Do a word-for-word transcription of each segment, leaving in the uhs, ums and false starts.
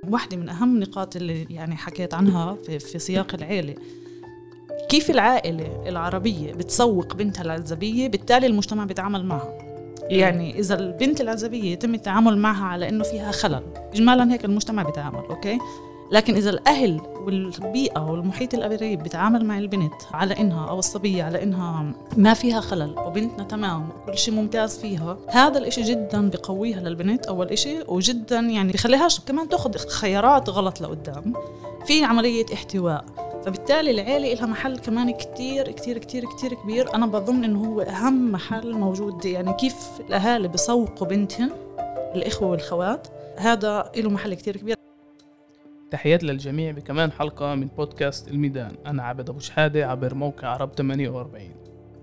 واحدة من أهم نقاط اللي يعني حكيت عنها في, في سياق العائلة، كيف العائلة العربية بتسوق بنتها العزبية، بالتالي المجتمع بيتعامل معها. يعني إذا البنت العزبية يتم التعامل معها على إنه فيها خلل، إجمالا هيك المجتمع بيتعامل، أوكي. لكن إذا الأهل والبيئة والمحيط القريب بيتعامل مع البنت على إنها أو الصبية على إنها ما فيها خلل وبنتنا تمام وكل شيء ممتاز فيها، هذا الإشي جدا بقويها للبنت أول إشي، وجدا يعني بيخليهاش كمان تأخذ خيارات غلط لقدام في عملية احتواء. فبالتالي العيلة إلها محل كمان كتير كتير كتير كتير كبير. أنا بظن إنه هو أهم محل موجود، يعني كيف الأهالي بسوقوا بنتهم، الإخوة والخوات، هذا إله محل كتير كبير. تحيات للجميع بكمان حلقة من بودكاست الميدان. أنا عبد أبو شحادة عبر موقع عرب ثمانية وأربعين.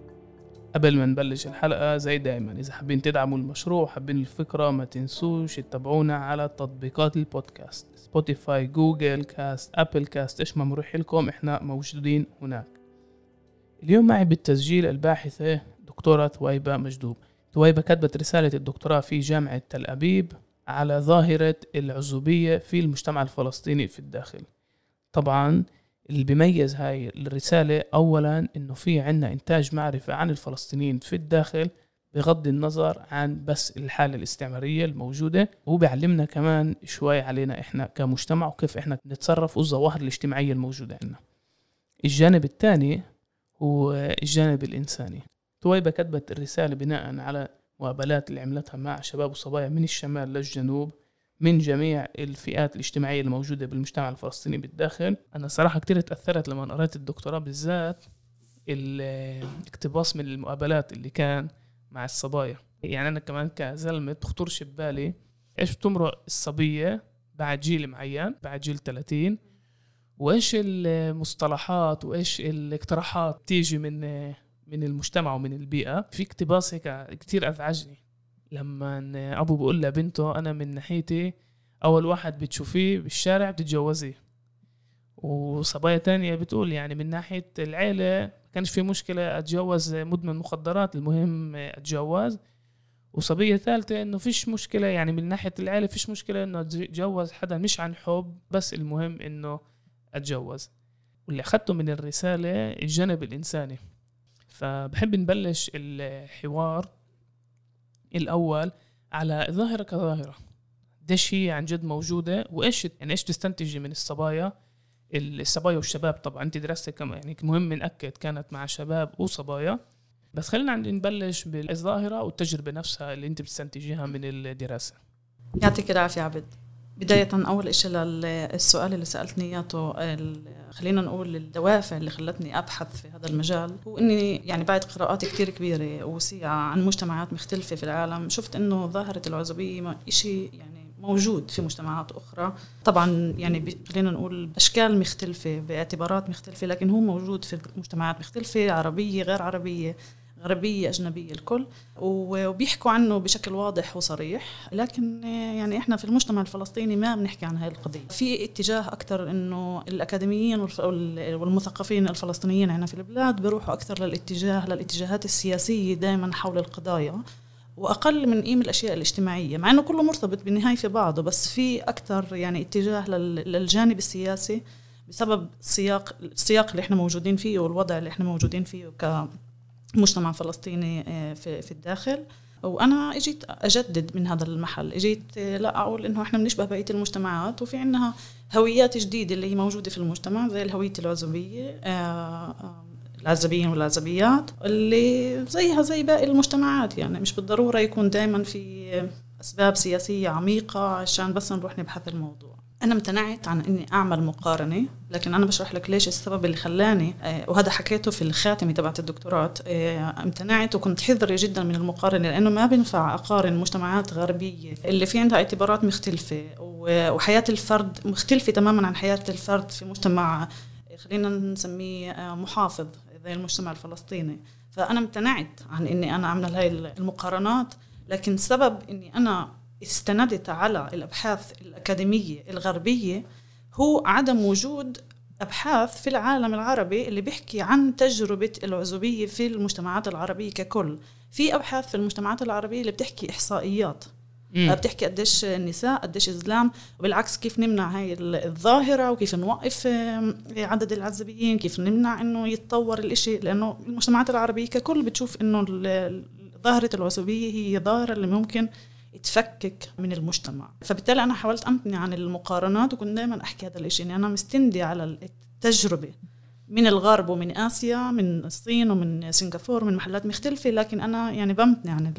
قبل ما نبلش الحلقة زي دائما، إذا حابين تدعموا المشروع وحابين الفكرة ما تنسوش تتابعونا على تطبيقات البودكاست، سبوتيفاي، جوجل كاست، أبل كاست، إيش ما مريح لكم إحنا موجودين هناك. اليوم معي بالتسجيل الباحثة دكتورة ثويبة مجدوب. ثويبة كتبت رسالة الدكتوراه في جامعة تل أبيب على ظاهرة العزوبية في المجتمع الفلسطيني في الداخل. طبعا اللي بيميز هاي الرسالة أولا إنه في عنا إنتاج معرفة عن الفلسطينيين في الداخل بغض النظر عن بس الحالة الاستعمارية الموجودة، وهو بيعلمنا كمان شوي علينا إحنا كمجتمع وكيف إحنا نتصرف والظواهر الاجتماعية الموجودة عنا. الجانب الثاني هو الجانب الإنساني. ثويبة كتبت الرسالة بناء على مقابلات اللي عملتها مع شباب وصبايا من الشمال للجنوب من جميع الفئات الاجتماعية الموجودة بالمجتمع الفلسطيني بالداخل. أنا صراحة كتير تأثرت لما قرأت الدكتوراه، بالذات الاقتباس من المقابلات اللي كان مع الصبايا. يعني أنا كمان كزلمة تخطرش ببالي إيش بتمرق الصبية بعد جيل معين، بعد جيل ثلاثين، وإيش المصطلحات وإيش الاقتراحات تيجي من من المجتمع ومن البيئة. في اقتباس هيك كتير أزعجني لما أبو بقول لبنته أنا من ناحيتي أول واحد بتشوفيه بالشارع بتتجوزيه، وصبايا تانية بتقول يعني من ناحية العيلة كانش في مشكلة أتجوز مدمن مخدرات، المهم أتجوز. وصبية ثالثة إنه فيش مشكلة، يعني من ناحية العيلة فيش مشكلة إنه أتجوز حدا مش عن حب، بس المهم إنه أتجوز. واللي أخذته من الرسالة الجانب الإنساني. فبحب نبلش الحوار الأول على ظاهرة كظاهرة، ديش هي عن جد موجودة وإيش يعني إيش تستنتجي من الصبايا الصبايا والشباب. طبعا أنت دراستك كم يعني مهم نأكد كانت مع شباب وصبايا، بس خلينا نبلش بالظاهرة والتجربة نفسها اللي أنت بتستنتجيها من الدراسة. يعطيك العافية عبد. بداية أول إشي للسؤال اللي سألتني إياه، خلينا نقول الدوافع اللي خلتني أبحث في هذا المجال، وإني يعني بعد قراءات كتير كبيرة ووسيعة عن مجتمعات مختلفة في العالم شفت إنه ظاهرة العزوبية إشي يعني موجود في مجتمعات أخرى. طبعا يعني خلينا نقول أشكال مختلفة باعتبارات مختلفة، لكن هو موجود في مجتمعات مختلفة، عربية غير عربية، غربية أجنبية، الكل وبيحكوا عنه بشكل واضح وصريح. لكن يعني إحنا في المجتمع الفلسطيني ما بنحكي عن هاي القضية. في اتجاه أكتر إنه الأكاديميين والمثقفين الفلسطينيين هنا في البلاد بيروحوا أكتر للاتجاه للاتجاهات السياسية دائما حول القضايا، وأقل من قيم الأشياء الاجتماعية، مع إنه كله مرتبط بالنهاية في بعضه، بس في أكتر يعني اتجاه للجانب السياسي بسبب السياق السياق اللي إحنا موجودين فيه والوضع اللي إحنا موجودين فيه ك مجتمع فلسطيني في في الداخل. وأنا اجيت أجدد من هذا المحل، اجيت لا أقول إنه إحنا بنشبه بقية المجتمعات وفي عندنا هويات جديدة اللي هي موجودة في المجتمع، زي الهوية العزوبية، العزبيين والعزبيات اللي زيها زي باقي المجتمعات. يعني مش بالضرورة يكون دائما في أسباب سياسية عميقة عشان بس نروح نبحث الموضوع. أنا امتنعت عن إني أعمل مقارنة، لكن أنا بشرح لك ليش السبب اللي خلاني، وهذا حكيته في الخاتمة تبعت الدكتوراه. امتنعت وكنت حذرة جدا من المقارنة، لأنه ما بينفع أقارن مجتمعات غربية اللي في عندها اعتبارات مختلفة وحياة الفرد مختلفة تماما عن حياة الفرد في مجتمع خلينا نسميه محافظ زي المجتمع الفلسطيني. فأنا امتنعت عن إني أنا أعمل هاي المقارنات، لكن سبب إني أنا استندت على الأبحاث الأكاديمية الغربية هو عدم وجود أبحاث في العالم العربي اللي بيحكي عن تجربة العزوبية في المجتمعات العربية ككل. في أبحاث في المجتمعات العربية اللي بتحكي إحصائيات، مم. بتحكي قديش النساء قديش إسلام، وبالعكس كيف نمنع هاي الظاهرة وكيف نوقف عدد العزبيين، كيف نمنع إنه يتطور الإشي، لأنه المجتمعات العربية ككل بتشوف إنه ظاهرة العزوبية هي ظاهرة اللي ممكن تفكك من المجتمع. فبالتالي أنا حاولت أمتنع عن المقارنات، وكنت دائما أحكي هذا الإشي إني أنا مستندي على التجربة من الغرب ومن آسيا، من الصين ومن سنغافورة، من محلات مختلفة، لكن أنا يعني بمتنع عن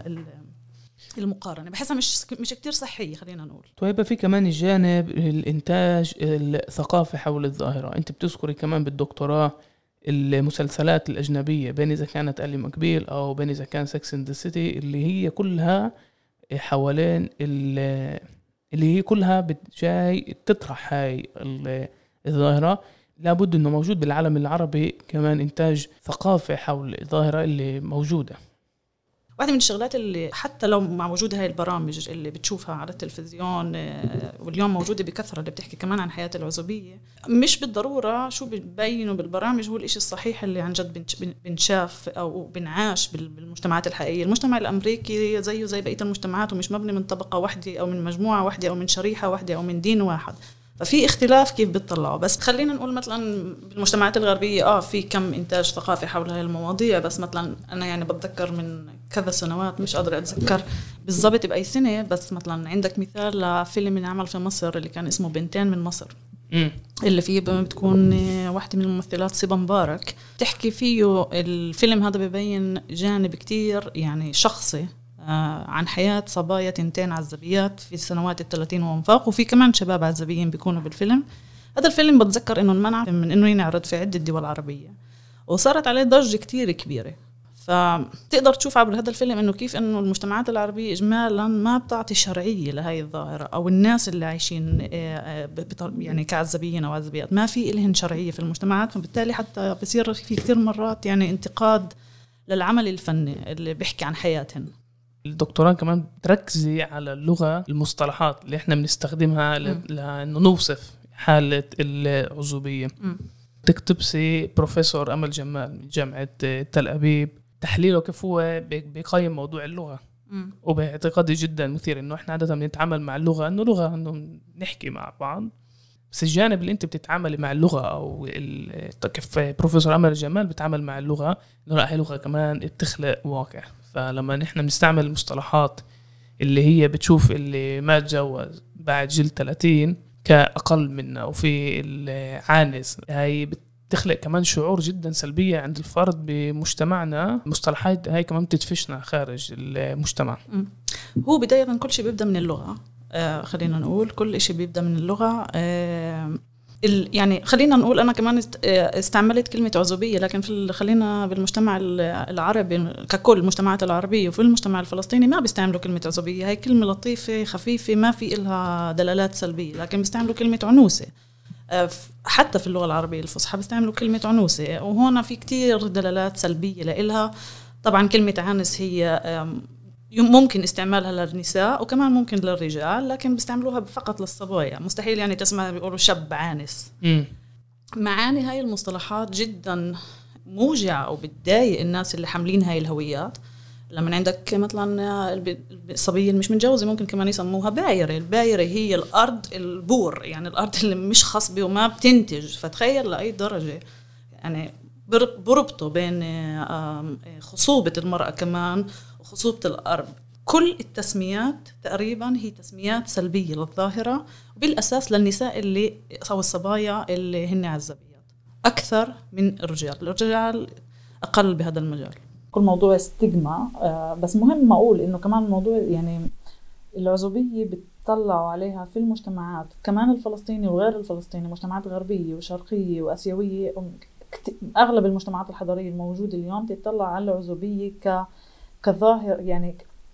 المقارنة، بحسها مش مش كتير صحية خلينا نقول. طيب في كمان الجانب الإنتاج الثقافي حول الظاهرة. أنت بتذكري كمان بالدكتوراه المسلسلات الأجنبية، بين إذا كانت ألي مكبيل أو بين إذا كان سكس إن ذا سيتي، اللي هي كلها حوالين اللي هي كلها بتجاي تطرح هاي الظاهرة. لابد إنه موجود بالعالم العربي كمان إنتاج ثقافي حول الظاهرة اللي موجودة. واحدة من الشغلات اللي حتى لو مع وجود هاي البرامج اللي بتشوفها على التلفزيون واليوم موجودة بكثرة، اللي بتحكي كمان عن حياة العزوبية، مش بالضرورة شو بتبينوا بالبرامج هو الإشي الصحيح اللي عن جد بنشاف أو بنعاش بالمجتمعات الحقيقية. المجتمع الأمريكي زيه زي بقية المجتمعات، ومش مبني من طبقة واحدة أو من مجموعة واحدة أو من شريحة واحدة أو من دين واحد، ففي اختلاف كيف بتطلعوا. بس خلينا نقول مثلا بالمجتمعات الغربية آه في كم إنتاج ثقافي حول هاي المواضيع، بس مثلا أنا يعني بتذكر من كذا سنوات، مش قادرة أتذكر بالضبط بأي سنة، بس مثلا عندك مثال لفيلم انعمل في مصر اللي كان اسمه بنتين من مصر، م. اللي فيه بتكون واحدة من الممثلات صبا مبارك تحكي فيه. الفيلم هذا بيبين جانب كتير يعني شخصي عن حياة صبايا تنتين عزبيات في سنوات الثلاثين وانفاق، وفي كمان شباب عزبيين بيكونوا بالفيلم. هذا الفيلم بتذكر إنه انمنع من إنه ينعرض في عدة دول عربية، وصارت عليه ضجة كتير كبيرة. فتقدر تشوف عبر هذا الفيلم إنه كيف إنه المجتمعات العربية إجمالا ما بتعطي شرعية لهاي الظاهرة، أو الناس اللي عايشين يعني كعزبيين أو عزبيات ما في إلهن شرعية في المجتمعات، فبالتالي حتى بصير في كتير مرات يعني انتقاد للعمل الفني اللي بيحكي عن حياتهن. الدكتوراه كمان بتركزي على اللغة، المصطلحات اللي احنا بنستخدمها لأنه نوصف حالة العزوبية. تكتبسي بروفيسور أمل جمال من جامعة تل أبيب تحليله كيف هو بيقيم موضوع اللغة، م. وباعتقادي جدا مثير إنه إحنا عادة بنتعامل مع اللغة إنه لغة إنه نحكي مع بعض، بس الجانب اللي أنت بتتعاملي مع اللغة أو كيف بروفيسور أمل جمال بتعامل مع اللغة إنه لا هي لغة كمان بتخلق واقع. فلما نحن بنستعمل المصطلحات اللي هي بتشوف اللي ما تجوز بعد جيل ثلاثين كأقل منا وفي العانس، هاي بتخلق كمان شعور جدا سلبية عند الفرد بمجتمعنا. مصطلحات هاي كمان بتدفشنا خارج المجتمع. هو بداية كل شيء بيبدأ من اللغة. آه خلينا نقول كل شيء بيبدأ من اللغة. آه يعني خلينا نقول أنا كمان استعملت كلمة عزوبية، لكن في خلينا بالمجتمع العربي ككل المجتمعات العربية وفي المجتمع الفلسطيني ما بيستعملوا كلمة عزوبية. هاي كلمة لطيفة خفيفة ما في إلها دلالات سلبية، لكن بيستعملوا كلمة عنوسة. حتى في اللغة العربية الفصحى بيستعملوا كلمة عنوسة، وهنا في كتير دلالات سلبية لإلها. طبعا كلمة عانس هي ممكن استعمالها للنساء وكمان ممكن للرجال، لكن بيستعملوها فقط للصبايا. مستحيل يعني تسمع بيقولوا شاب عانس. م. معاني هاي المصطلحات جدا موجعة أو بتضايق الناس اللي حاملين هاي الهويات. لما عندك مثلا الصبية مش متجوزة ممكن كمان يسموها بايرة. البايرة هي الأرض البور، يعني الأرض اللي مش خصبة وما بتنتج. فتخيل لأي درجة يعني بربطه بين خصوبة المرأة كمان وخصوبة الأرض. كل التسميات تقريبا هي تسميات سلبية للظاهرة، وبالأساس للنساء اللي أو الصبايا اللي هن عزبيات أكثر من الرجال. الرجال أقل بهذا المجال. كل موضوع استجمع. بس مهم أقول إنه كمان الموضوع يعني العزوبية بتطلعوا عليها في المجتمعات كمان الفلسطيني وغير الفلسطيني، مجتمعات غربية وشرقية وأسيوية. أغلب المجتمعات الحضارية الموجودة اليوم تطلع على العزوبية ك كظاهر يعني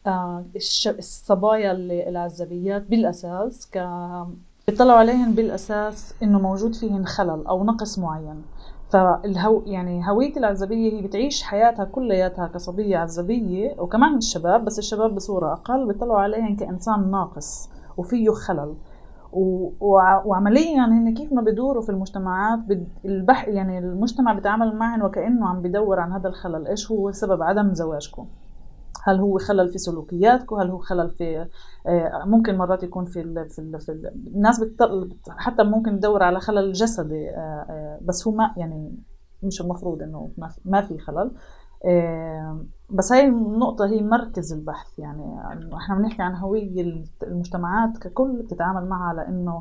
الصبايا العزبيات بالأساس ك بيطلعوا عليهن بالأساس إنه موجود فيهن خلل أو نقص معين. فالهو يعني هوية العزبية هي بتعيش حياتها كلياتها كصبية عزبية، وكمان الشباب بس الشباب بصورة أقل بيطلعوا عليهن كإنسان ناقص وفيه خلل. وعمليا هن كيف ما بدوروا في المجتمعات البح يعني المجتمع بيتعامل معهن وكأنه عم بدور عن هذا الخلل. إيش هو سبب عدم زواجكم؟ هل هو خلل في سلوكياتكم، هل هو خلل في ممكن مرات يكون في ال في, ال في ال الناس بتطل حتى ممكن تدور على خلل جسدي، بس هو ما يعني مش المفروض انه ما في خلل. بس هاي النقطة هي مركز البحث. يعني احنا بنحكي عن هوية المجتمعات ككل بتتعامل معها على انه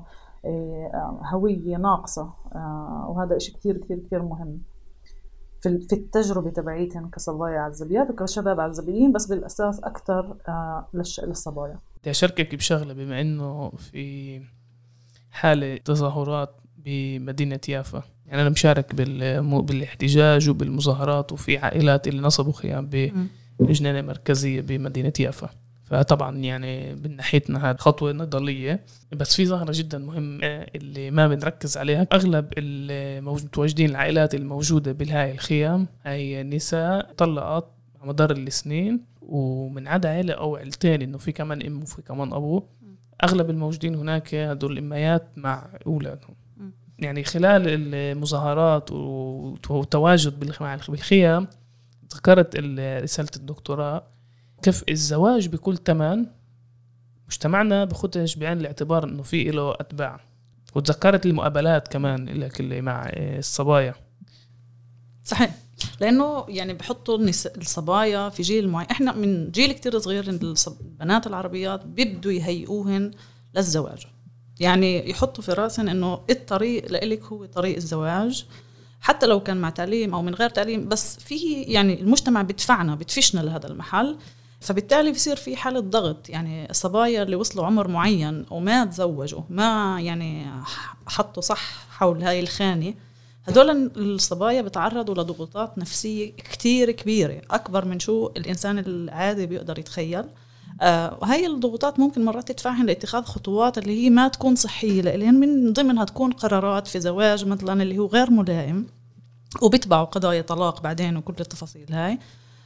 هوية ناقصة، وهذا اشي كتير كتير كتير مهم في في التجربة تبعيتهم كصبايا عزبيات وكشباب عزبيين، بس بالأساس أكتر للصبايا. بدي أشاركك بشغلة، بما إنه في حالة تظاهرات بمدينة يافا، يعني أنا مشارك بالاحتجاج وبالمظاهرات، وفي عائلات اللي نصبوا خيام بجنينة مركزية بمدينة يافا. فطبعا يعني من ناحيتنا هذه خطوة نضالية، بس في ظاهرة جدا مهم اللي ما بنركز عليها. أغلب المتواجدين العائلات الموجودة بالهاي الخيام هي نساء طلقات على مدار السنين، ومن عدا عائلة أو عائلتين إنه في كمان أم وفي كمان أبو. أغلب الموجودين هناك هدول الأميات مع أولادهم. يعني خلال المظاهرات والتواجد بالخيام ذكرت رسالة الدكتوراه كيف الزواج بكل تمن مجتمعنا بخدش بعين الاعتبار انه في له اتباع، وتذكرت المقابلات كمان اللي مع الصبايا. صحيح، لانه يعني بحطوا الصبايا في جيل معين. احنا من جيل كتير صغير البنات العربيات بيبدوا يهيئوهن للزواج، يعني يحطوا في راسهم انه الطريق لإلك هو طريق الزواج، حتى لو كان مع تعليم او من غير تعليم، بس في يعني المجتمع بدفعنا بدفشنا لهذا المحل. فبالتالي بيصير في حالة ضغط. يعني الصبايا اللي وصلوا عمر معين وما تزوجوا، ما يعني حطوا صح حول هاي الخانة، هدول الصبايا بتعرضوا لضغوطات نفسية كتير كبيرة، أكبر من شو الإنسان العادي بيقدر يتخيل. آه وهي الضغوطات ممكن مرات تدفعهم لاتخاذ خطوات اللي هي ما تكون صحية لإلهن، من ضمنها تكون قرارات في زواج مثلا اللي هو غير ملائم، وبيتبعوا قضايا طلاق بعدين وكل التفاصيل هاي.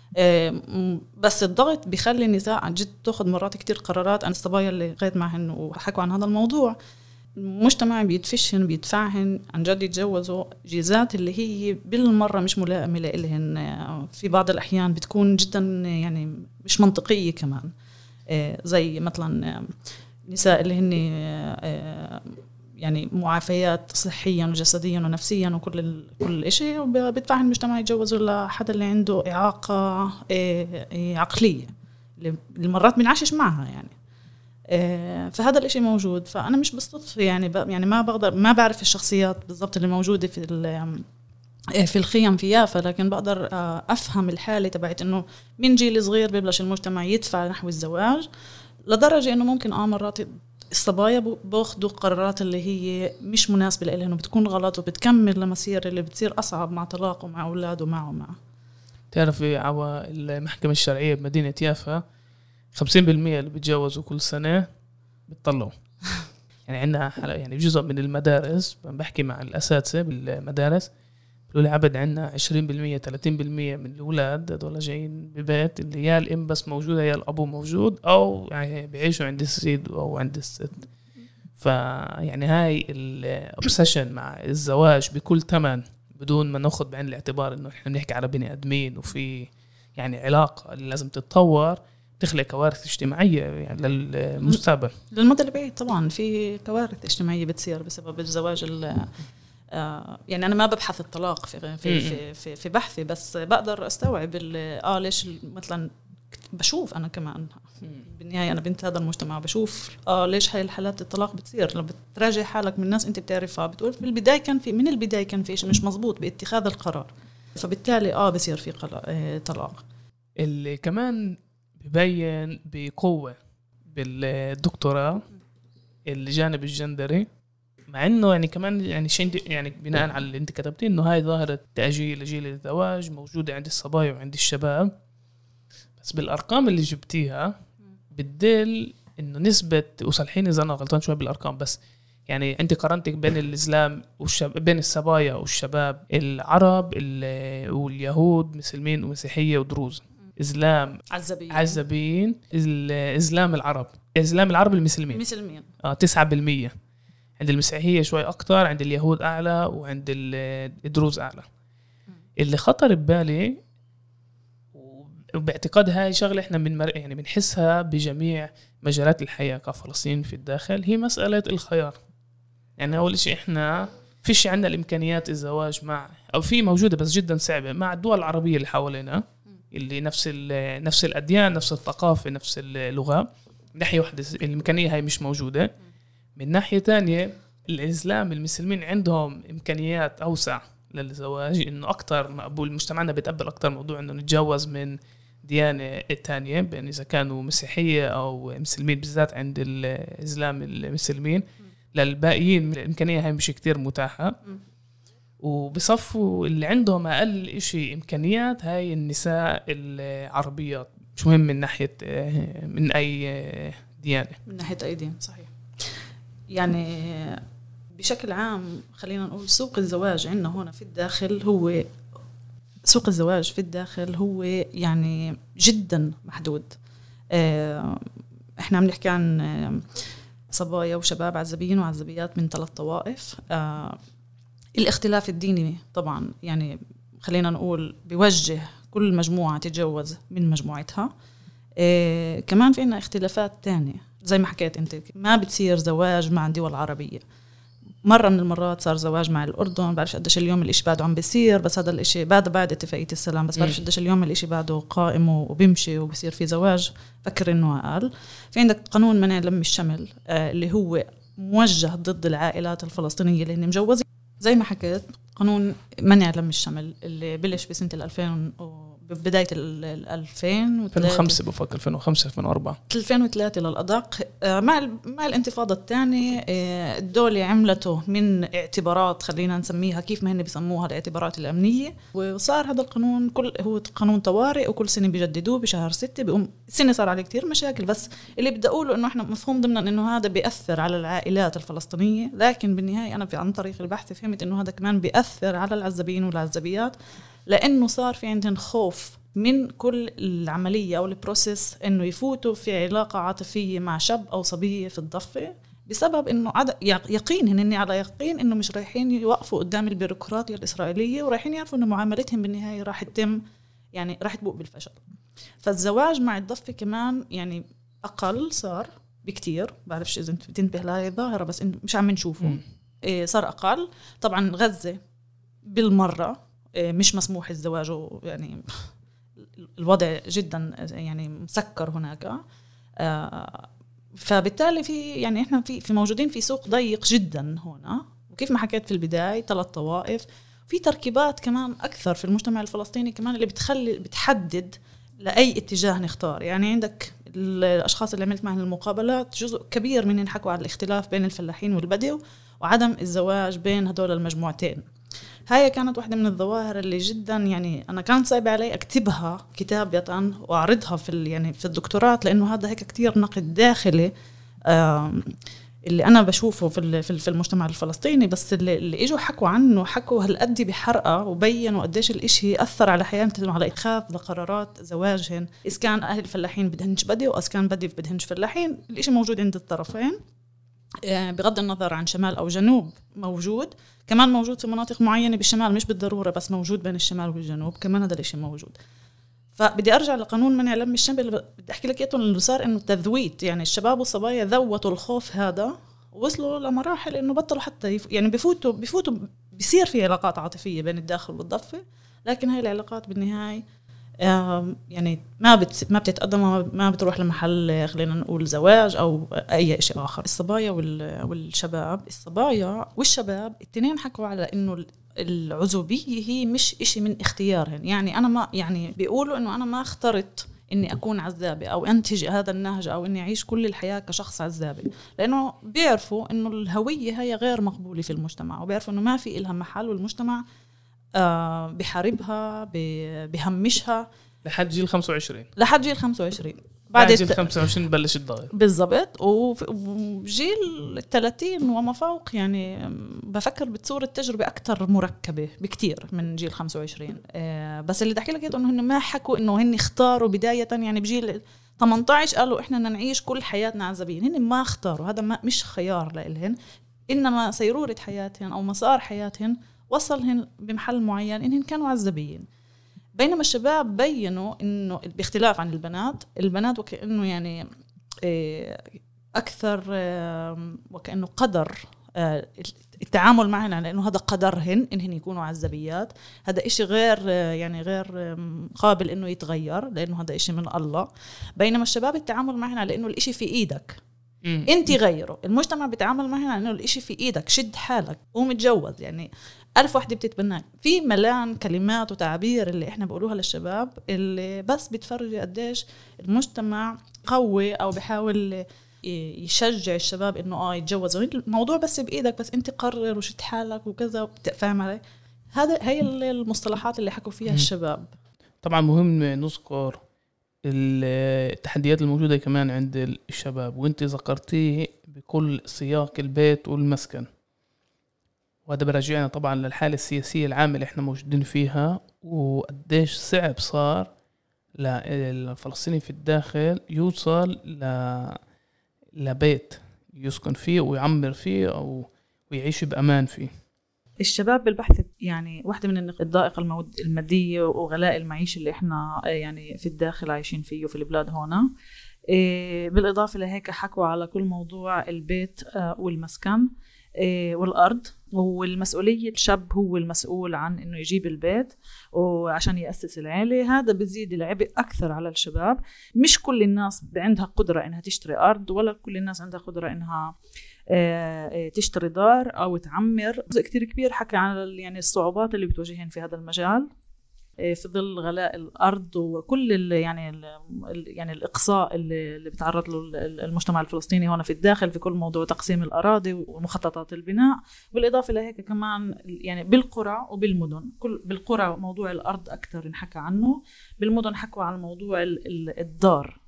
بس الضغط بيخلي النساء عن جد تأخذ مرات كتير قرارات. أنا الصبايا اللي قيد معهن وحكوا عن هذا الموضوع، المجتمع بيدفشهن بيدفعهن عن جد يتجوزوا جيزات اللي هي بالمرة مش ملائمة لإلهن، في بعض الأحيان بتكون جدا يعني مش منطقية كمان، زي مثلا نساء اللي هن يعني معافيات صحيا وجسديا ونفسيا وكل كل إشي، وبيدفع المجتمع يتجوزوا لحد اللي عنده إعاقة عقلية اللي مرات بنعيش معها يعني. فهذا الإشي موجود. فأنا مش بالصدفة يعني يعني ما بقدر ما بعرف الشخصيات بالضبط اللي موجودة في في الخيام في يافا، لكن بقدر أفهم الحالة تبعت إنه من جيل صغير بيبلش المجتمع يدفع نحو الزواج، لدرجة إنه ممكن آه مرات الصبايا بأخذوا قرارات اللي هي مش مناسبة لإلهن وبتكون غلط، وبتكمل لمسير اللي بتصير أصعب مع طلاق ومع أولاد ومعه ومعه. تعرفي عوا المحكمة الشرعية بمدينة يافا خمسين بالمية اللي بيتجوزوا كل سنة بيطلعوا. يعني عندنا يعني جزء من المدارس بحكي مع الأساتذة بالمدارس بيقولوا لي عبد عندنا عشرين بالمية ثلاثين بالمية من الأولاد هذول جايين ببيت اللي يا الأم بس موجودة يا الأبو موجود، أو يعني بيعيشوا عند السيد أو عند الست. فيعني هاي الأوبسيشن مع الزواج بكل ثمن بدون ما نأخذ بعين الاعتبار إنه إحنا بنحكي على بني آدمين وفي يعني علاقة اللي لازم تتطور، تخلق كوارث اجتماعية يعني للمستقبل للمدى البعيد. طبعا في كوارث اجتماعية بتصير بسبب الزواج. آه يعني أنا ما ببحث الطلاق في في في في, في بحثي، بس بقدر أستوعب آه ليش مثلا بشوف أنا كمان بالنهاية أنا بنت هذا المجتمع، بشوف آه ليش هاي الحالات الطلاق بتصير. لو بتراجع حالك من الناس أنت بتعرفها بتقول في البداية كان في من البداية كان في شيء مش مزبوط باتخاذ القرار، فبالتالي آه بصير في آه طلاق. اللي كمان ببين بقوة بالدكتوراه الجانب الجندري، مع انه يعني كمان يعني شيء يعني بناء على اللي انت كتبتيه انه هاي ظاهرة تأجيل جيل الزواج موجودة عند الصبايا وعند الشباب، بس بالارقام اللي جبتيها بتدل انه نسبة، وصلحين اذا انا غلطان شوي بالارقام، بس يعني انت قارنتك بين الاسلام والشباب بين الصبايا والشباب العرب واليهود مسلمين ومسيحية ودروز، إسلام عزبيين عزبيين الإسلام العرب الإسلام العرب المسلمين مسلمين آه تسعة بالمية، عند المسيحية شوي أكتر، عند اليهود أعلى، وعند الدروز أعلى. اللي خطر ببالي وباعتقاد هاي شغلة إحنا من يعني بنحسها بجميع مجالات الحياة كفلسطين في الداخل، هي مسألة الخيار. يعني أول شيء إحنا فيش عندنا الإمكانيات الزواج مع أو في موجودة بس جدا صعبة مع الدول العربية اللي حوالينا اللي نفس نفس الأديان نفس الثقافة نفس اللغة. من ناحية واحدة الإمكانية هاي مش موجودة. من ناحية تانية الإسلام المسلمين عندهم إمكانيات أوسع للزواج، إنه أكتر مقبول مجتمعنا بيتقبل أكتر موضوع إنه نتجوز من ديانة تانية بين إذا كانوا مسيحية أو مسلمين، بالذات عند الإسلام المسلمين. للباقيين الإمكانية هاي مش كتير متاحة، وبصفوا اللي عندهم أقل إشي إمكانيات هاي النساء العربيات، مش مهم من ناحية من أي ديانة، من ناحية أي دين. صحيح. يعني بشكل عام خلينا نقول سوق الزواج عندنا هنا في الداخل هو سوق الزواج في الداخل هو يعني جدا محدود. احنا عم نحكي عن صبايا وشباب عزبيين وعزبيات من ثلاث طوائف. الاختلاف الديني طبعا يعني خلينا نقول بيوجه كل مجموعة تتجوز من مجموعتها. كمان في عنا اختلافات تانية زي ما حكيت انت، ما بتصير زواج مع دول عربية. مرة من المرات صار زواج مع الأردن، بعرفش قديش اليوم الإشي بعده عم بيصير، بس هذا الإشي بعد بعد اتفاقية السلام، بس بعرفش قديش اليوم الإشي بعده قائم وبيمشي وبصير في زواج. فكر إنه أقل. في عندك قانون منع لم الشمل آه اللي هو موجه ضد العائلات الفلسطينية اللي هن مجوزين. زي ما حكيت قانون منع لم الشمل اللي بلش بسنة الألفين بداية الألفين ألفين وخمسة بفكر ألفين وخمسة ألفين وأربعة ألفين وثلاثة للأدق. مع مع الانتفاضة الثانية الدولة عملته من اعتبارات خلينا نسميها كيف ما هن بيسموها الاعتبارات الأمنية، وصار هذا القانون كل هو قانون طوارئ وكل سنة بيجددوه بشهر ستة. بيقوم السنة صار عليه كتير مشاكل، بس اللي بدي أقوله إنه إحنا مفهوم ضمن إنه هذا بيأثر على العائلات الفلسطينية، لكن بالنهاية أنا في عن طريق البحث فهمت إنه هذا كمان بيأثر على العزبيين والعزبيات، لأنه صار في عندهم خوف من كل العملية أو البروسيس إنه يفوتوا في علاقة عاطفية مع شاب أو صبية في الضفة، بسبب إنه عد... يقين هن على يقين إنه مش رايحين يوقفوا قدام البيروقراطية الإسرائيلية، ورايحين يعرفوا إنه معاملتهم بالنهاية راح تتم يعني راح تبوء بالفشل. فالزواج مع الضفة كمان يعني أقل صار بكتير. بعرفش إذا أنت بتنتبه لهذه الظاهرة، بس مش عم نشوفه. إيه صار أقل. طبعا غزة بالمرة إيه مش مسموح الزواج، يعني الوضع جدا يعني مسكر هناك. آه فبالتالي في يعني احنا في في موجودين في سوق ضيق جدا هنا، وكيف ما حكيت في البداية ثلاث طوائف. في تركيبات كمان أكثر في المجتمع الفلسطيني كمان اللي بتخلي بتحدد لأي اتجاه نختار. يعني عندك الأشخاص اللي عملت معهم المقابلات جزء كبير منهم حكوا على الاختلاف بين الفلاحين والبدو وعدم الزواج بين هدول المجموعتين. هاي كانت واحدة من الظواهر اللي جدا يعني أنا كانت صعبة علي أكتبها كتابة وأعرضها في يعني في الدكتوراه، لأنه هذا هيك كتير نقد داخلي اللي أنا بشوفه في في المجتمع الفلسطيني. بس اللي, اللي إجوا حكوا عنه حكوا هالقد بحرقة وبينوا قديش الإشي أثر على حياتهم على إخاف قرارات زواجهن، إذا كان أهل الفلاحين بدهنش بدي وإذا كان بدي بدهنش فلاحين. الإشي موجود عند الطرفين بغض النظر عن شمال أو جنوب. موجود كمان موجود في مناطق معينة بالشمال، مش بالضرورة بس موجود بين الشمال والجنوب كمان هذا الإشي موجود. فبدي أرجع لقانون منع لم الشمل. بدي أحكي لك إيه اللي صار، إنه تذويت يعني الشباب والصبايا ذوتوا الخوف هذا ووصلوا لمراحل إنه بطلوا حتى يف... يعني بفوتوا بفوتوا بيصير في علاقات عاطفية بين الداخل والضفة، لكن هاي العلاقات بالنهاية يعني ما بت ما بتتقدم ما بتروح لمحل خلينا نقول زواج أو أي شيء آخر. الصبايا وال... والشباب الصبايا والشباب التنين حكوا على إنه العزوبية هي مش إشي من اختيارهن. يعني أنا ما يعني بيقولوا إنه أنا ما اخترت إني أكون عزابة أو أنتج هذا النهج أو إني أعيش كل الحياة كشخص عزابي، لأنه بيعرفوا إنه الهوية هي غير مقبولة في المجتمع، وبيعرفوا إنه ما في إلها محل والمجتمع آه بحاربها بهمشها لحد جيل خمسة وعشرين لحد جيل خمسة وعشرين بعد جيل خمسة وعشرين بلش الضغط بالضبط. وجيل الثلاثين وما فوق يعني بفكر بتصور التجربة أكتر مركبة بكتير من جيل خمسة وعشرين. آه بس اللي تحكي لك إنه هن ما حكوا إنه هن اختاروا بداية يعني بجيل ثمانية عشر قالوا إحنا نعيش كل حياتنا عزبيين. هن ما اختاروا، هذا ما مش خيار لإلهن، إنما سيرورة حياتهن أو مسار حياتهن وصلهن بمحل معين إنهن كانوا عزبيين. بينما الشباب بينوا إنه باختلاف عن البنات، البنات وكأنه يعني أكثر وكأنه قدر التعامل معهن على إنه هذا قدرهن إنهن يكونوا عزبيات، هذا إشي غير يعني غير قابل إنه يتغير لأنه هذا إشي من الله. بينما الشباب التعامل معهن على إنه الإشي في إيدك أنت غيره. المجتمع بيتعامل معهن على إنه الإشي في إيدك، شد حالك ومتجوز، يعني ألف واحدة بتتبناك. في ملان كلمات وتعبير اللي إحنا بقولوها للشباب اللي بس بتفرجي قديش المجتمع قوي أو بيحاول يشجع الشباب إنه آه يتجوزوا. الموضوع بس بإيدك، بس أنت قرر وشد حالك وكذا، فاهم علي؟ هذا هي المصطلحات اللي حكوا فيها الشباب. طبعا مهم نذكر التحديات الموجودة كمان عند الشباب، وانت ذكرتيه بكل سياق البيت والمسكن، وهذا برجعنا طبعا للحالة السياسية العامة اللي احنا موجودين فيها، وقديش صعب صار للفلسطيني في الداخل يوصل ل... لبيت يسكن فيه ويعمر فيه أو ويعيش بأمان فيه. الشباب بالبحث يعني واحدة من الضائقة المادية وغلاء المعيشة اللي احنا يعني في الداخل عايشين فيه في البلاد هنا. بالإضافة لهيك حكوا على كل موضوع البيت والمسكن والأرض، والمسؤولية الشاب هو المسؤول عن إنه يجيب البيت وعشان يأسس العائلة. هذا بيزيد العبء أكثر على الشباب. مش كل الناس عندها قدرة إنها تشتري أرض، ولا كل الناس عندها قدرة إنها تشتري دار أو تعمر. جزء كتير كبير حكى عن يعني الصعوبات اللي بتواجهين في هذا المجال في ظل غلاء الأرض وكل ال يعني ال يعني الإقصاء اللي, اللي بتعرض له المجتمع الفلسطيني هنا في الداخل في كل موضوع تقسيم الأراضي ومخططات البناء. بالإضافة لهيك كمان يعني بالقرى وبالمدن، كل بالقرى موضوع الأرض أكثر انحكى عنه، بالمدن حكوا عن موضوع الدار،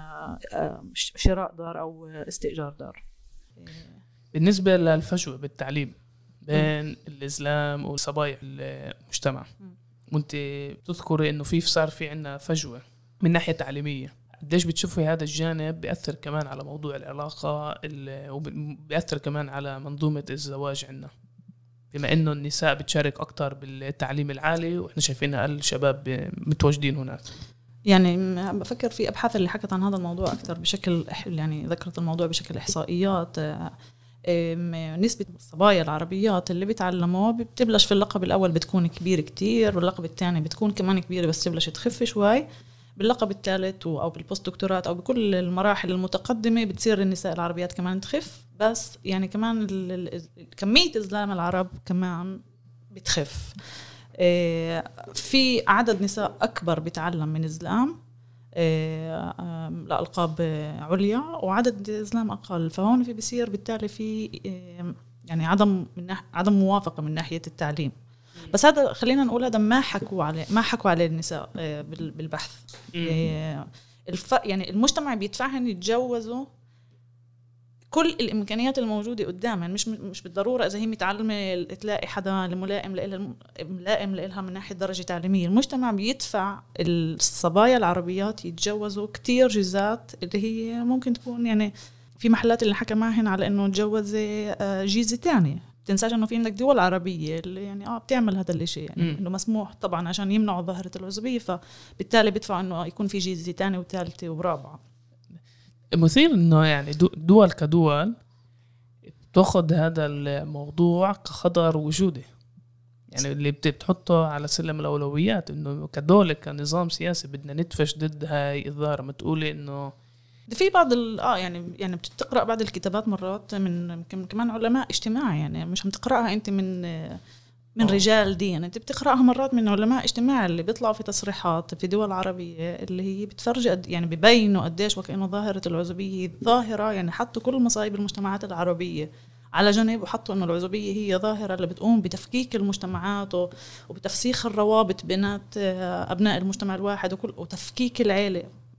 شراء دار أو استئجار دار. بالنسبة للفجوة بالتعليم بين م. الإسلام وصبايا المجتمع، وانت تذكري انه في صار في عنا فجوة من ناحية تعليمية، قديش بتشوفي هذا الجانب بيأثر كمان على موضوع العلاقة وبيأثر كمان على منظومة الزواج عنا، بما انه النساء بتشارك اكتر بالتعليم العالي واحنا شايفين اقل شباب متواجدين هناك؟ يعني بفكر في أبحاث اللي حكت عن هذا الموضوع أكتر بشكل يعني ذكرت الموضوع بشكل إحصائيات. نسبة الصبايا العربيات اللي بيتعلموا بتبلش في اللقب الأول بتكون كبير كتير، واللقب الثاني بتكون كمان كبيرة بس تبلش تخف شوي، باللقب الثالث أو بالبوست دكتورات أو بكل المراحل المتقدمة بتصير النساء العربيات كمان تخف، بس يعني كمان كمية إسلام العرب كمان بتخف. في عدد نساء أكبر بيتعلم من إسلام لألقاب عليا، وعدد إسلام أقل، فهون في بيصير بالتالي في يعني عدم من ناح... عدم موافقة من ناحية التعليم. بس هذا خلينا نقول هذا ما حكوا عليه ما حكوا عليه النساء بالبحث. الف... يعني المجتمع بيدفعهم يتجوزوا كل الإمكانيات الموجودة قدامها، مش مش بالضرورة إذا هي متعلمة تلاقي حدا ملائم لها ملائم لها من ناحية درجة تعليمية. المجتمع بيدفع الصبايا العربيات يتجوزوا كتير جيزات اللي هي ممكن تكون يعني في محلات اللي حكى معهن على إنه تجوزي جيزة تانية. تنساش إنه في عندك دول عربية اللي يعني آه بتعمل هذا الشيء، يعني إنه مسموح طبعا عشان يمنعوا ظاهرة العزوبية، فبالتالي بيدفع إنه يكون في جيزة تانية وثالثة ورابعة. مثير انه يعني دول كدول تاخذ هذا الموضوع كخطر وجودي، يعني اللي بتحطه على سلم الاولويات، انه كدولة كنظام سياسي بدنا ندفش ضد هاي الظاهرة. ما تقولي انه في بعض اه يعني يعني بتقرا بعض الكتابات مرات من كمان علماء اجتماع، يعني مش عم تقراها انت من من رجال دين، انت بتقراها مرات من علماء اجتماع اللي بيطلعوا في تصريحات في دول عربية اللي هي بتفرج يعني ببينوا قديش وكأنه ظاهرة العزوبية ظاهرة، يعني حطوا كل مصايب المجتمعات العربية على جنب وحطوا انه العزوبية هي ظاهرة اللي بتقوم بتفكيك المجتمعات وبتفسيخ الروابط بينات ابناء المجتمع الواحد وكل وتفكيك العيلة.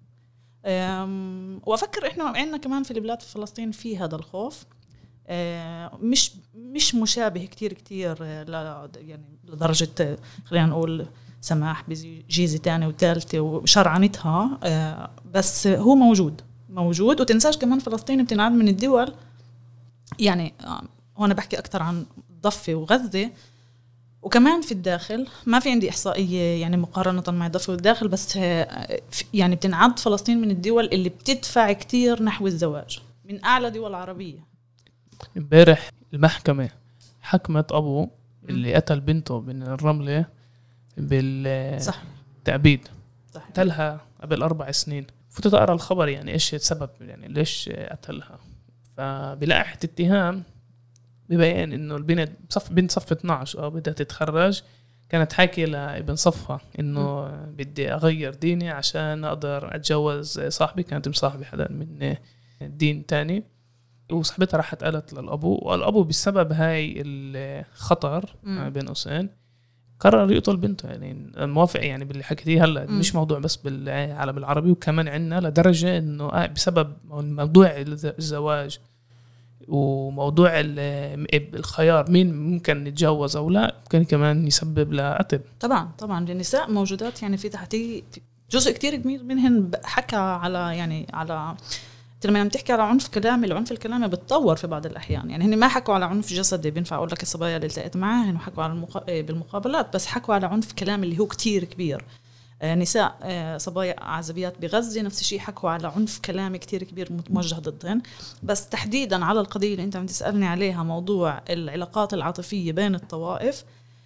وافكر احنا عندنا كمان في البلاد في فلسطين في هذا الخوف، مش مش مشابه كتير كتير ل يعني لدرجة خلينا نقول سماح بجيزة تانية وثالثة وشرعنتها، بس هو موجود موجود. وتنساش كمان فلسطين بتنعد من الدول، يعني هون بحكي أكتر عن الضفة وغزة وكمان في الداخل ما في عندي إحصائية يعني مقارنة مع الضفة والداخل، بس يعني بتنعد فلسطين من الدول اللي بتدفع كتير نحو الزواج من أعلى دول عربية. امبارح المحكمة حكمت أبو اللي قتل بنته من الرملة بالتعبيد، قتلها قبل أربع سنين. فتت أقرأ الخبر يعني إيش السبب، يعني ليش قتلها. فبلائحة اتهام ببين إنه البنت صف بنت صف اثناشر أو بدها تتخرج، كانت حاكي لابن صفها إنه بدي أغير ديني عشان أقدر أتجوز صاحبي، كانت مصاحبة حدا من دين تاني، وصاحبتها راحت قالت للأبو، والأبو بسبب هاي الخطر بين قوسين قرر يقتل بنته. يعني موافق يعني باللي حكيتيه هلا، مش موضوع بس بالعالم العربي، وكمان عندنا لدرجة إنه بسبب موضوع الزواج وموضوع الخيار مين ممكن نتجوز أو لا، ممكن كمان يسبب لقتل. طبعا طبعا النساء موجودات يعني في تحتي جزء كتير كبير منهن حكى على يعني على لما عم تحكي على عنف كلامي، العنف الكلامي بتطور في بعض الأحيان. يعني هن ما حكوا على عنف جسدي، بينفع أقول لك الصبايا اللي التقيت معاهن وحكوا على المق... بالمقابلات، بس حكوا على عنف كلامي اللي هو كتير كبير. آه نساء آه صبايا عزبيات بغزة نفس الشيء حكوا على عنف كلامي كتير كبير موجه ضدهن. بس تحديدا على القضية اللي أنت عم تسألني عليها، موضوع العلاقات العاطفية بين الطوائف،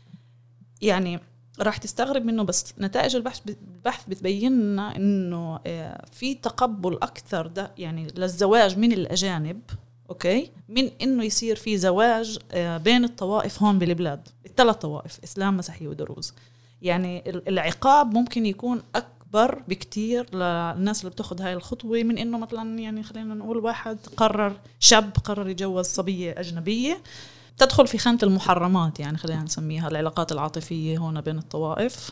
يعني راح تستغرب منه، بس نتائج البحث البحث بتبين لنا انه في تقبل اكثر ده يعني للزواج من الاجانب، اوكي، من انه يصير في زواج بين الطوائف هون بالبلاد، الثلاث طوائف اسلام مسيحي ودروز. يعني العقاب ممكن يكون اكبر بكتير للناس اللي بتاخذ هاي الخطوه من انه مثلا يعني خلينا نقول واحد قرر شاب قرر يتجوز صبيه اجنبيه، تدخل في خانة المحرمات، يعني خلينا نسميها العلاقات العاطفية هنا بين الطوائف.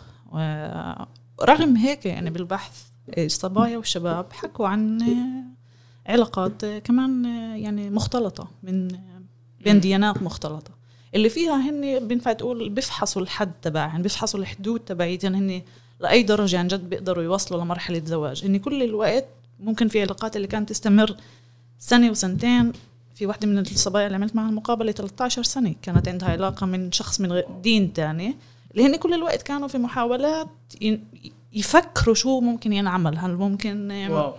ورغم هيك يعني بالبحث الصبايا والشباب حكوا عن علاقات كمان يعني مختلطة من بين ديانات مختلطة، اللي فيها هن بينفع تقول بيفحصوا الحد تبعهن، بيفحصوا الحدود تبعيتهن، هن لأي درجة عن جد بيقدروا يوصلوا لمرحلة زواج. هن كل الوقت ممكن في علاقات اللي كانت تستمر سنة وسنتين. في واحدة من الصبايا اللي عملت معها المقابلة ثلاثة عشر سنة كانت عندها علاقة من شخص من دين تاني، اللي هن كل الوقت كانوا في محاولات يفكروا شو ممكن ينعمل، هل ممكن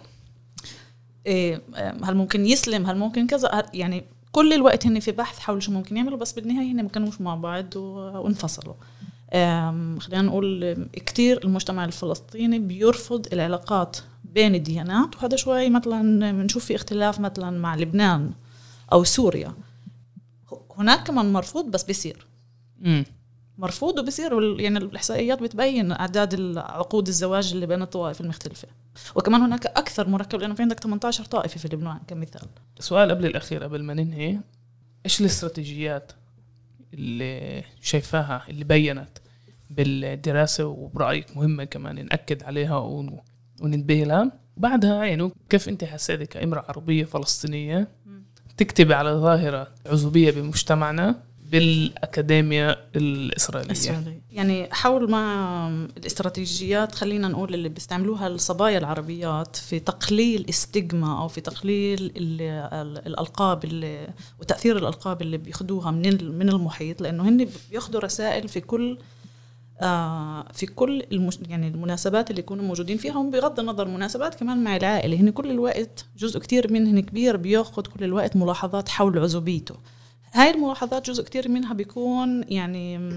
إيه، هل ممكن يسلم، هل ممكن كذا، يعني كل الوقت هن في بحث حول شو ممكن يعملوا. بس بالنهاية هن ما كانوش مع بعض وانفصلوا. خلينا نقول كتير المجتمع الفلسطيني بيرفض العلاقات بين الديانات، وهذا شوي مثلا بنشوف في اختلاف مثلا مع لبنان أو سوريا. هناك كمان مرفوض بس بيصير مم. مرفوض وبيصير، يعني الإحصائيات بتبين أعداد العقود الزواج اللي بين الطوائف المختلفة، وكمان هناك أكثر مركب لأنه في عندك ثمانية عشر طائفة في لبنان كمثال. سؤال قبل الأخير قبل ما ننهي، إيش الاستراتيجيات اللي شايفاها اللي بينت بالدراسة وبرأيك مهمة كمان نأكد عليها وننتبه لها بعدها؟ يعني كيف أنت حسيتي كامرأة عربية فلسطينية تكتب على ظاهرة عزوبية بمجتمعنا بالأكاديمية الإسرائيلية؟ السعودية. يعني حول ما الاستراتيجيات خلينا نقول اللي بيستعملوها الصبايا العربيات في تقليل استجمة أو في تقليل الألقاب اللي وتأثير الألقاب اللي بياخدوها من من المحيط، لأنه هن بياخدوا رسائل في كل آه في كل المش... يعني المناسبات اللي يكونوا موجودين فيها، هم بغض النظر مناسبات كمان مع العائلة، هن كل الوقت جزء كتير منهن كبير بياخد كل الوقت ملاحظات حول عزوبيته. هاي الملاحظات جزء كتير منها بيكون يعني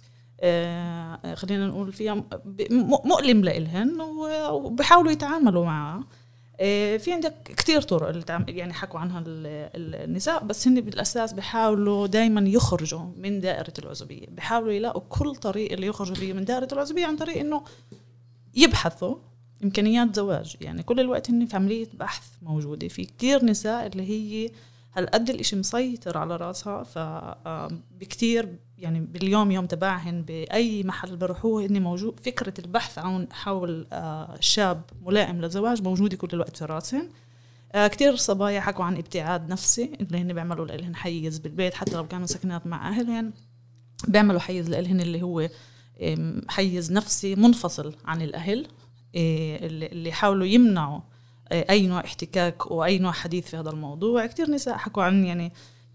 آه خلينا نقول فيها مؤلم لإلهن وبيحاولوا يتعاملوا معها. آه في عندك كتير طرق اللي يعني حكوا عنها النساء، بس هن بالأساس بيحاولوا دايما يخرجوا من دائرة العزوبية، بيحاولوا يلاقوا كل طريق اللي يخرجوا فيه من دائرة العزوبية عن طريق إنه يبحثوا إمكانيات زواج. يعني كل الوقت هن في عملية بحث موجودة. في كتير نساء اللي هي هل قد الإشي مسيطر على رأسها، فبكتير يعني باليوم يوم تبعهن بأي محل بروحوه إني موجود فكرة البحث عن حول شاب ملائم للزواج موجودة كل الوقت في رأسهن. كتير صبايا حكوا عن ابتعاد نفسي اللي هن بيعملوا لإلهن حيز بالبيت، حتى لو كانوا سكنات مع أهلهن بيعملوا حيز لإلهن اللي هو حيز نفسي منفصل عن الأهل، اللي حاولوا يمنعوا أي نوع احتكاك وأي نوع حديث في هذا الموضوع. كتير نساء حكوا عن يعني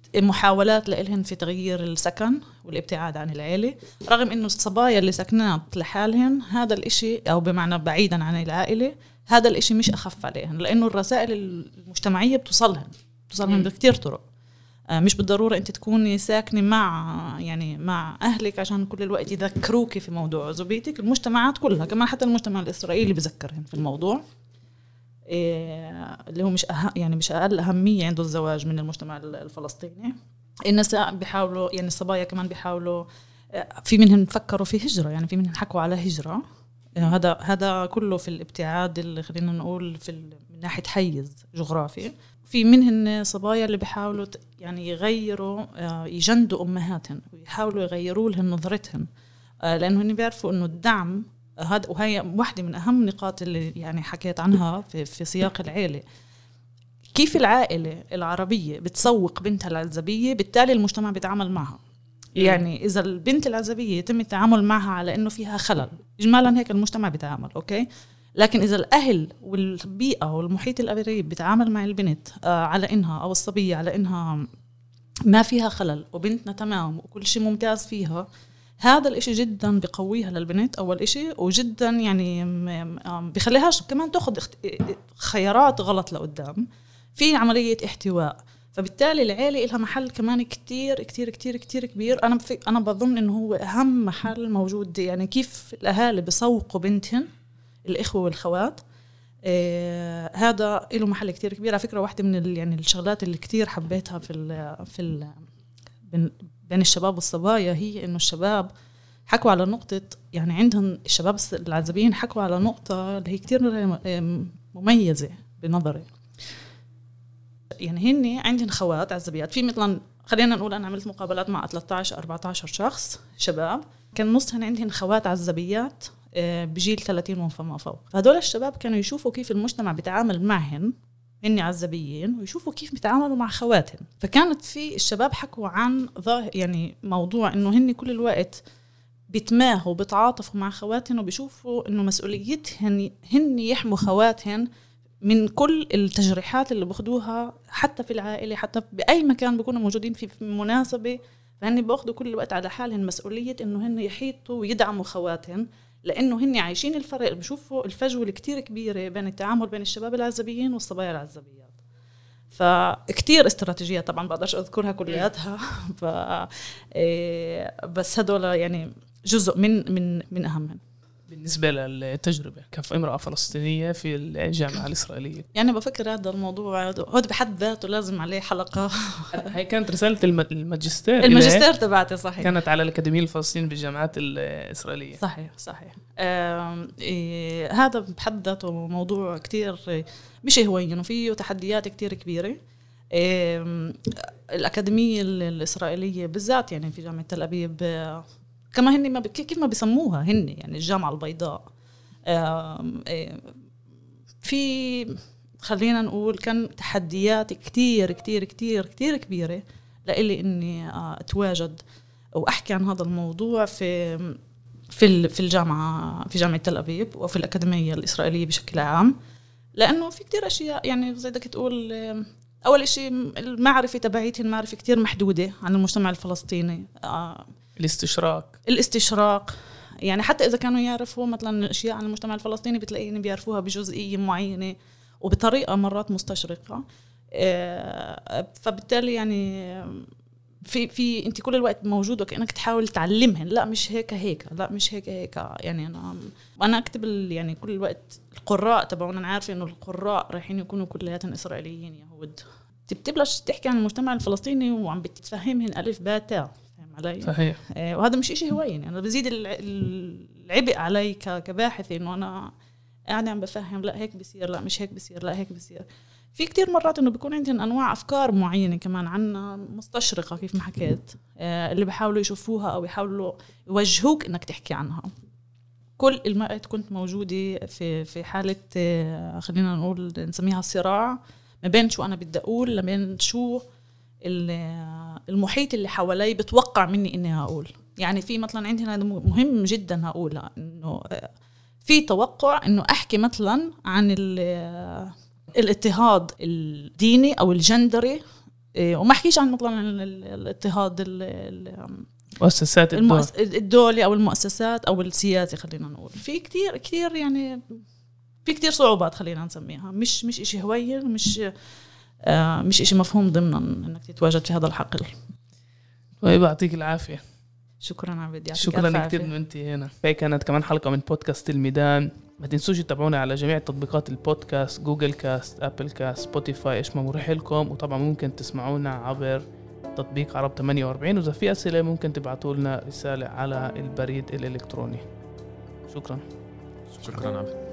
محاولات لإلهن في تغيير السكن والابتعاد عن العائلة، رغم إنه الصبايا اللي سكنات لحالهن هذا الإشي أو بمعنى بعيدا عن العائلة هذا الإشي مش أخف عليهن، لأنه الرسائل المجتمعية بتوصلهن بتوصلهن بكتير طرق. مش بالضرورة أنت تكوني ساكنة مع يعني مع أهلك عشان كل الوقت يذكروك في موضوع عزوبيتك. المجتمعات كلها كمان حتى المجتمع الإسرائيلي بذكرهن في الموضوع إيه اللي هو مش أه يعني مش أقل أهمية عنده الزواج من المجتمع الفلسطيني. النساء بيحاولوا يعني الصبايا كمان بيحاولوا، في منهم فكروا في هجرة، يعني في منهم حكوا على هجرة. هذا هذا كله في الابتعاد اللي خلينا نقول في من ناحية حيز جغرافي. في منهن صبايا اللي بيحاولوا يعني يغيروا يجندوا أمهاتهم ويحاولوا يغيروا لهم نظرتهم، لأنه هن بيعرفوا إنه الدعم هذا، وهي واحدة من أهم نقاط اللي يعني حكيت عنها في, في سياق العائلة. كيف العائلة العربية بتسوق بنتها العزبية بالتالي المجتمع بيتعامل معها. يعني إذا البنت العزبية يتم التعامل معها على إنه فيها خلل إجمالا هيك المجتمع بيتعامل أوكي، لكن إذا الأهل والبيئة والمحيط القريب بيتعامل مع البنت على إنها أو الصبية على إنها ما فيها خلل وبنتنا تمام وكل شيء ممتاز فيها، هذا الإشي جدا بقويها للبنت أول إشي، وجدا يعني بخليهاش كمان تأخذ خيارات غلط لقدام في عملية احتواء. فبالتالي العيلة إلها محل كمان كتير كتير كتير كتير كبير. أنا أنا بظن إنه هو أهم محل موجود، يعني كيف الأهالي بسوقوا بنتهم الإخوة والخوات. آه هذا له محل كتير كبير. على فكرة واحدة من يعني الشغلات اللي كتير حبيتها في ال في ال بين الشباب والصبايا هي إنه الشباب حكوا على نقطة، يعني عندهم الشباب العزبيين حكوا على نقطة اللي هي كتير مميزة بنظري. يعني هني عندهم خوات عزبيات، في مثلا خلينا نقول أنا عملت مقابلات مع ثلاثة عشر أربعة عشر شخص شباب، كان نصهن عندهم خوات عزبيات بجيل ثلاثين وفما فوق. فهدول الشباب كانوا يشوفوا كيف المجتمع بيتعامل معهم هن عزبيين ويشوفوا كيف بيتعاملوا مع خواتهم. فكانت في الشباب حكوا عن ظاهر يعني موضوع إنه هن كل الوقت بيتماهوا بيتعاطفوا مع خواتهم وبيشوفوا إنه مسؤوليتهن هن يحموا خواتهن من كل التجريحات اللي بأخذوها حتى في العائلة، حتى بأي مكان بيكونوا موجودين في مناسبة، فهن بأخذوا كل الوقت على حالهم مسؤولية إنه هن يحيطوا ويدعموا خواتهم، لأنه هن عايشين الفرق، بشوفوا الفجوة الكتير كبيرة بين التعامل بين الشباب العزبيين والصبايا العزبيات. فكتير استراتيجية طبعا بقدرش أذكرها كلياتها ف... بس هدول يعني جزء من من من أهمهم. بالنسبة للتجربة كامرأة فلسطينية في الجامعة الإسرائيلية، يعني بفكر هذا الموضوع هذا بحد ذاته لازم عليه حلقة. هي كانت رسالة الماجستير الماجستير تبعتي صحيح، كانت على الأكاديمية الفلسطينية بالجامعات الإسرائيلية. صحيح صحيح. إيه هذا بحد ذاته موضوع كتير مش هوين وفيه تحديات كتير كبيرة. إيه الأكاديمية الإسرائيلية بالذات يعني في جامعة تل أبيب كما هن ما كيف ما بيسموها هن يعني الجامعة البيضاء، في خلينا نقول كان تحديات كتير كتير كتير كتير كبيرة لإلي إني أتواجد وأحكي عن هذا الموضوع في في في الجامعة في جامعة تل أبيب وفي الأكاديمية الإسرائيلية بشكل عام، لأنه في كتير أشياء يعني زي بدك تقول. أول شيء المعرفة تبعيتي المعرفة كتير محدودة عن المجتمع الفلسطيني. الاستشراق الاستشراق يعني حتى إذا كانوا يعرفوا مثلا أشياء عن المجتمع الفلسطيني بتلاقيهم بيعرفوها بجزئية معينة وبطريقة مرات مستشرقة. فبالتالي يعني في في أنت كل الوقت موجود وكأنك تحاول تعلمهن لا مش هيك هيك لا مش هيك هيك. يعني أنا أنا أكتب يعني كل الوقت القراء تبعون أنا عارفة إنه القراء رايحين يكونوا كلياتهم إسرائيليين يهود، تبتبلش تحكي عن المجتمع الفلسطيني وعم بتتفهمهن ألف باء تاء علي. صحيح. آه وهذا مش إشي هوين يعني بزيد العبء علي كباحث إنه أنا قاعدة عم بفهم لا هيك بيصير لا مش هيك بيصير لا هيك بيصير. في كتير مرات إنه بيكون عندهم أنواع أفكار معينة كمان عنا مستشرقة كيف ما حكيت، آه اللي بيحاولوا يشوفوها أو يحاولوا يوجهوك إنك تحكي عنها. كل المرات كنت موجودة في في حالة آه خلينا نقول نسميها صراع ما بين شو أنا بدي أقول لبين شو المحيط اللي حوالي بتوقع مني إني هقول. يعني في مثلا عندنا مهم جدا هقولها إنه في توقع إنه أحكي مثلا عن الاضطهاد الديني أو الجندري وما احكيش عن مثلا الاضطهاد مؤسسات الدول. الدولي او المؤسسات او السياسي، خلينا نقول في كتير كتير يعني في كتير صعوبات خلينا نسميها، مش مش إشي هوين، مش آه مش إشي مفهوم ضمنا انك تتواجد في هذا الحقل. طيب يعطيك العافيه. شكرا عبد، شكرا كثير انه انت هنا. هي كانت كمان حلقه من بودكاست الميدان. ما تنسوش تتابعونا على جميع تطبيقات البودكاست، جوجل كاست، ابل كاست، سبوتيفاي، ايش ما مريح لكم. وطبعا ممكن تسمعونا عبر تطبيق عرب ثمانية وأربعين، واذا في اسئله ممكن تبعتوا لنا رساله على البريد الالكتروني. شكرا. شكرا عبد.